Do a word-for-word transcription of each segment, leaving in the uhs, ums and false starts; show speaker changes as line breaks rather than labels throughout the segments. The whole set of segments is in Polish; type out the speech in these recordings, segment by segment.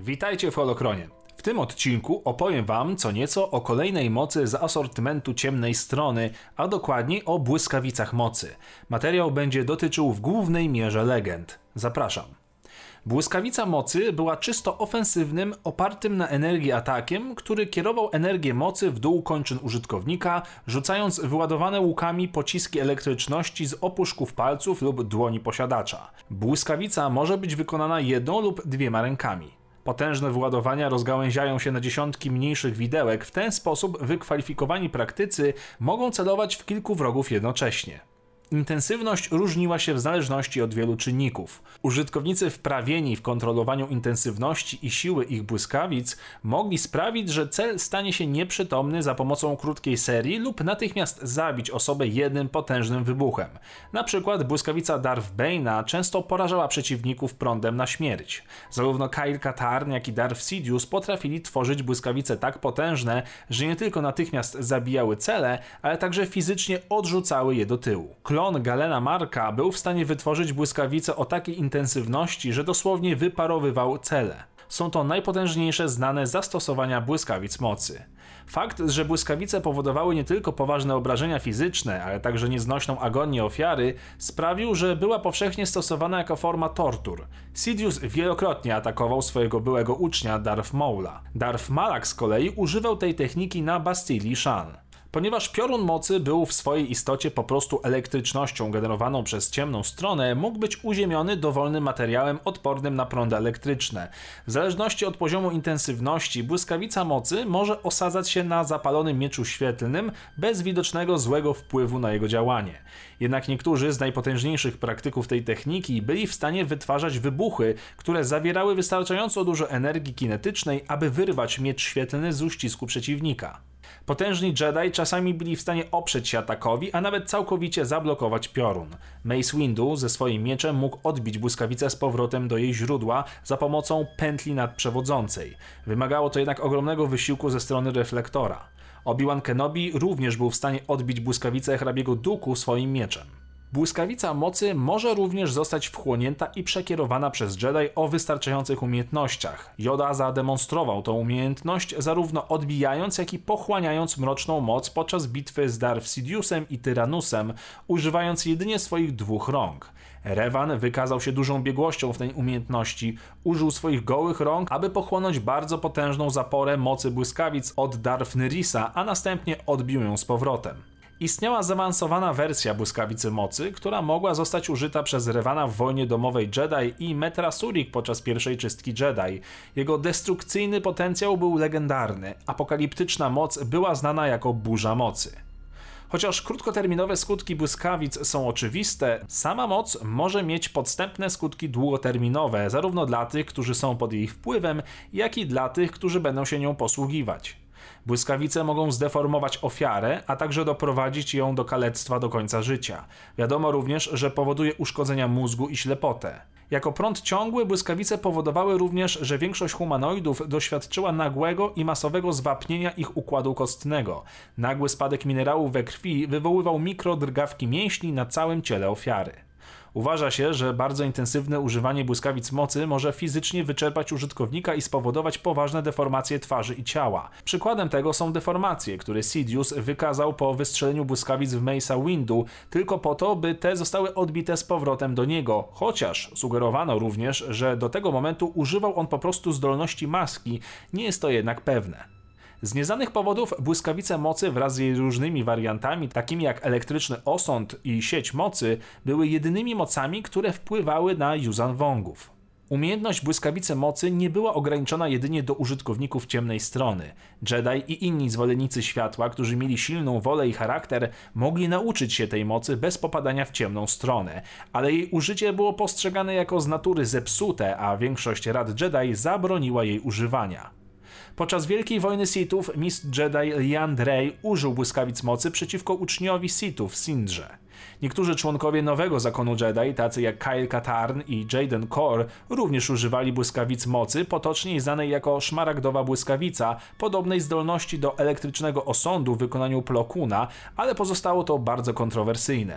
Witajcie w Holokronie. W tym odcinku opowiem wam co nieco o kolejnej mocy z asortymentu ciemnej strony, a dokładniej o błyskawicach mocy. Materiał będzie dotyczył w głównej mierze legend. Zapraszam. Błyskawica mocy była czysto ofensywnym, opartym na energii atakiem, który kierował energię mocy w dół kończyn użytkownika, rzucając wyładowane łukami pociski elektryczności z opuszków palców lub dłoni posiadacza. Błyskawica może być wykonana jedną lub dwiema rękami. Potężne wyładowania rozgałęziają się na dziesiątki mniejszych widełek, w ten sposób wykwalifikowani praktycy mogą celować w kilku wrogów jednocześnie. Intensywność różniła się w zależności od wielu czynników. Użytkownicy wprawieni w kontrolowaniu intensywności i siły ich błyskawic mogli sprawić, że cel stanie się nieprzytomny za pomocą krótkiej serii lub natychmiast zabić osobę jednym potężnym wybuchem. Na przykład błyskawica Darth Bane'a często porażała przeciwników prądem na śmierć. Zarówno Kyle Katarn, jak i Darth Sidious potrafili tworzyć błyskawice tak potężne, że nie tylko natychmiast zabijały cele, ale także fizycznie odrzucały je do tyłu. Klon Galena Marka był w stanie wytworzyć błyskawice o takiej intensywności, że dosłownie wyparowywał cele. Są to najpotężniejsze znane zastosowania błyskawic mocy. Fakt, że błyskawice powodowały nie tylko poważne obrażenia fizyczne, ale także nieznośną agonię ofiary, sprawił, że była powszechnie stosowana jako forma tortur. Sidious wielokrotnie atakował swojego byłego ucznia Darth Maula. Darth Malak z kolei używał tej techniki na Bastili Shan. Ponieważ piorun mocy był w swojej istocie po prostu elektrycznością generowaną przez ciemną stronę, mógł być uziemiony dowolnym materiałem odpornym na prądy elektryczne. W zależności od poziomu intensywności, błyskawica mocy może osadzać się na zapalonym mieczu świetlnym bez widocznego złego wpływu na jego działanie. Jednak niektórzy z najpotężniejszych praktyków tej techniki byli w stanie wytwarzać wybuchy, które zawierały wystarczająco dużo energii kinetycznej, aby wyrwać miecz świetlny z uścisku przeciwnika. Potężni Jedi czasami byli w stanie oprzeć się atakowi, a nawet całkowicie zablokować piorun. Mace Windu ze swoim mieczem mógł odbić błyskawicę z powrotem do jej źródła za pomocą pętli nadprzewodzącej. Wymagało to jednak ogromnego wysiłku ze strony reflektora. Obi-Wan Kenobi również był w stanie odbić błyskawicę hrabiego Dooku swoim mieczem. Błyskawica mocy może również zostać wchłonięta i przekierowana przez Jedi o wystarczających umiejętnościach. Yoda zademonstrował tą umiejętność zarówno odbijając, jak i pochłaniając mroczną moc podczas bitwy z Darth Sidiousem i Tyrannusem, używając jedynie swoich dwóch rąk. Revan wykazał się dużą biegłością w tej umiejętności, użył swoich gołych rąk, aby pochłonąć bardzo potężną zaporę mocy błyskawic od Darth Nyrisa, a następnie odbił ją z powrotem. Istniała zaawansowana wersja błyskawicy mocy, która mogła zostać użyta przez Revana w wojnie domowej Jedi i Metra Surik podczas pierwszej czystki Jedi. Jego destrukcyjny potencjał był legendarny, apokaliptyczna moc była znana jako burza mocy. Chociaż krótkoterminowe skutki błyskawic są oczywiste, sama moc może mieć podstępne skutki długoterminowe, zarówno dla tych, którzy są pod jej wpływem, jak i dla tych, którzy będą się nią posługiwać. Błyskawice mogą zdeformować ofiarę, a także doprowadzić ją do kalectwa do końca życia. Wiadomo również, że powoduje uszkodzenia mózgu i ślepotę. Jako prąd ciągły błyskawice powodowały również, że większość humanoidów doświadczyła nagłego i masowego zwapnienia ich układu kostnego. Nagły spadek minerałów we krwi wywoływał mikrodrgawki mięśni na całym ciele ofiary. Uważa się, że bardzo intensywne używanie błyskawic mocy może fizycznie wyczerpać użytkownika i spowodować poważne deformacje twarzy i ciała. Przykładem tego są deformacje, które Sidious wykazał po wystrzeleniu błyskawic w Mace'a Windu, tylko po to, by te zostały odbite z powrotem do niego, chociaż sugerowano również, że do tego momentu używał on po prostu zdolności maski, nie jest to jednak pewne. Z nieznanych powodów błyskawice mocy wraz z jej różnymi wariantami, takimi jak elektryczny osąd i sieć mocy, były jedynymi mocami, które wpływały na Yuuzhan Vongów. Umiejętność błyskawicy mocy nie była ograniczona jedynie do użytkowników ciemnej strony. Jedi i inni zwolennicy światła, którzy mieli silną wolę i charakter, mogli nauczyć się tej mocy bez popadania w ciemną stronę, ale jej użycie było postrzegane jako z natury zepsute, a większość rad Jedi zabroniła jej używania. Podczas Wielkiej Wojny Sithów mistrz Jedi Lian Drey użył błyskawic mocy przeciwko uczniowi Sithów Sindrze. Niektórzy członkowie nowego zakonu Jedi, tacy jak Kyle Katarn i Jaden Korr, również używali błyskawic mocy, potocznie znanej jako szmaragdowa błyskawica, podobnej zdolności do elektrycznego osądu w wykonaniu Plo Koona, ale pozostało to bardzo kontrowersyjne.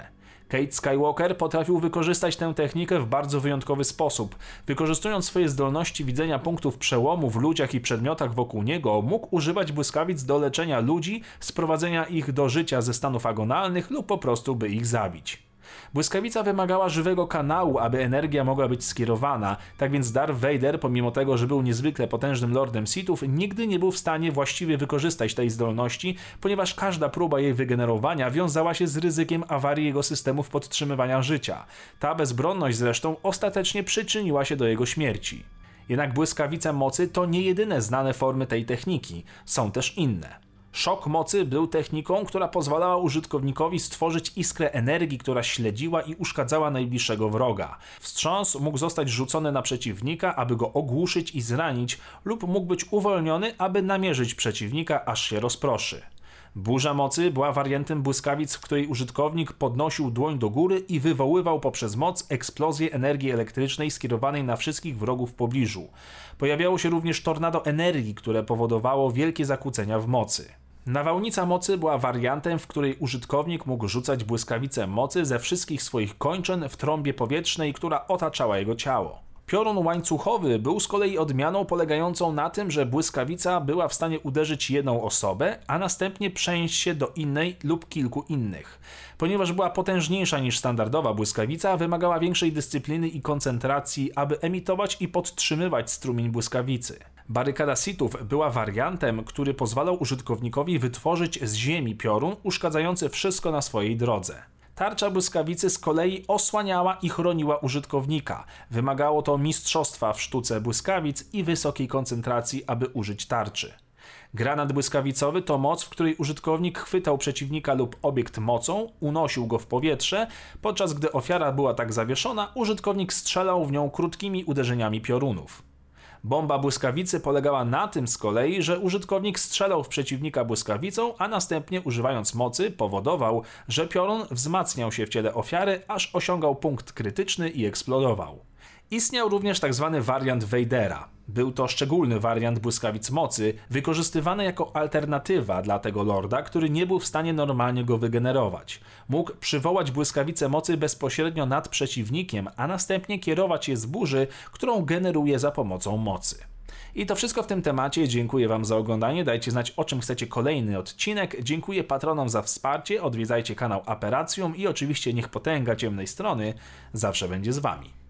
Kate Skywalker potrafił wykorzystać tę technikę w bardzo wyjątkowy sposób. Wykorzystując swoje zdolności widzenia punktów przełomu w ludziach i przedmiotach wokół niego, mógł używać błyskawic do leczenia ludzi, sprowadzenia ich do życia ze stanów agonalnych lub po prostu by ich zabić. Błyskawica wymagała żywego kanału, aby energia mogła być skierowana, tak więc Darth Vader, pomimo tego, że był niezwykle potężnym Lordem Sithów, nigdy nie był w stanie właściwie wykorzystać tej zdolności, ponieważ każda próba jej wygenerowania wiązała się z ryzykiem awarii jego systemów podtrzymywania życia. Ta bezbronność zresztą ostatecznie przyczyniła się do jego śmierci. Jednak błyskawice mocy to nie jedyne znane formy tej techniki, są też inne. Szok mocy był techniką, która pozwalała użytkownikowi stworzyć iskrę energii, która śledziła i uszkadzała najbliższego wroga. Wstrząs mógł zostać rzucony na przeciwnika, aby go ogłuszyć i zranić, lub mógł być uwolniony, aby namierzyć przeciwnika, aż się rozproszy. Burza mocy była wariantem błyskawic, w której użytkownik podnosił dłoń do góry i wywoływał poprzez moc eksplozję energii elektrycznej skierowanej na wszystkich wrogów w pobliżu. Pojawiało się również tornado energii, które powodowało wielkie zakłócenia w mocy. Nawałnica mocy była wariantem, w której użytkownik mógł rzucać błyskawice mocy ze wszystkich swoich kończyn w trąbie powietrznej, która otaczała jego ciało. Piorun łańcuchowy był z kolei odmianą polegającą na tym, że błyskawica była w stanie uderzyć jedną osobę, a następnie przenieść się do innej lub kilku innych. Ponieważ była potężniejsza niż standardowa błyskawica, wymagała większej dyscypliny i koncentracji, aby emitować i podtrzymywać strumień błyskawicy. Barykada Sithów była wariantem, który pozwalał użytkownikowi wytworzyć z ziemi piorun uszkadzający wszystko na swojej drodze. Tarcza błyskawicy z kolei osłaniała i chroniła użytkownika. Wymagało to mistrzostwa w sztuce błyskawic i wysokiej koncentracji, aby użyć tarczy. Granat błyskawicowy to moc, w której użytkownik chwytał przeciwnika lub obiekt mocą, unosił go w powietrze, podczas gdy ofiara była tak zawieszona, użytkownik strzelał w nią krótkimi uderzeniami piorunów. Bomba błyskawicy polegała na tym z kolei, że użytkownik strzelał w przeciwnika błyskawicą, a następnie używając mocy powodował, że piorun wzmacniał się w ciele ofiary, aż osiągał punkt krytyczny i eksplodował. Istniał również tzw. wariant Vadera. Był to szczególny wariant błyskawic mocy, wykorzystywany jako alternatywa dla tego lorda, który nie był w stanie normalnie go wygenerować. Mógł przywołać błyskawice mocy bezpośrednio nad przeciwnikiem, a następnie kierować je z burzy, którą generuje za pomocą mocy. I to wszystko w tym temacie. Dziękuję Wam za oglądanie. Dajcie znać, o czym chcecie kolejny odcinek. Dziękuję patronom za wsparcie. Odwiedzajcie kanał Aperacjum i oczywiście niech potęga ciemnej strony zawsze będzie z Wami.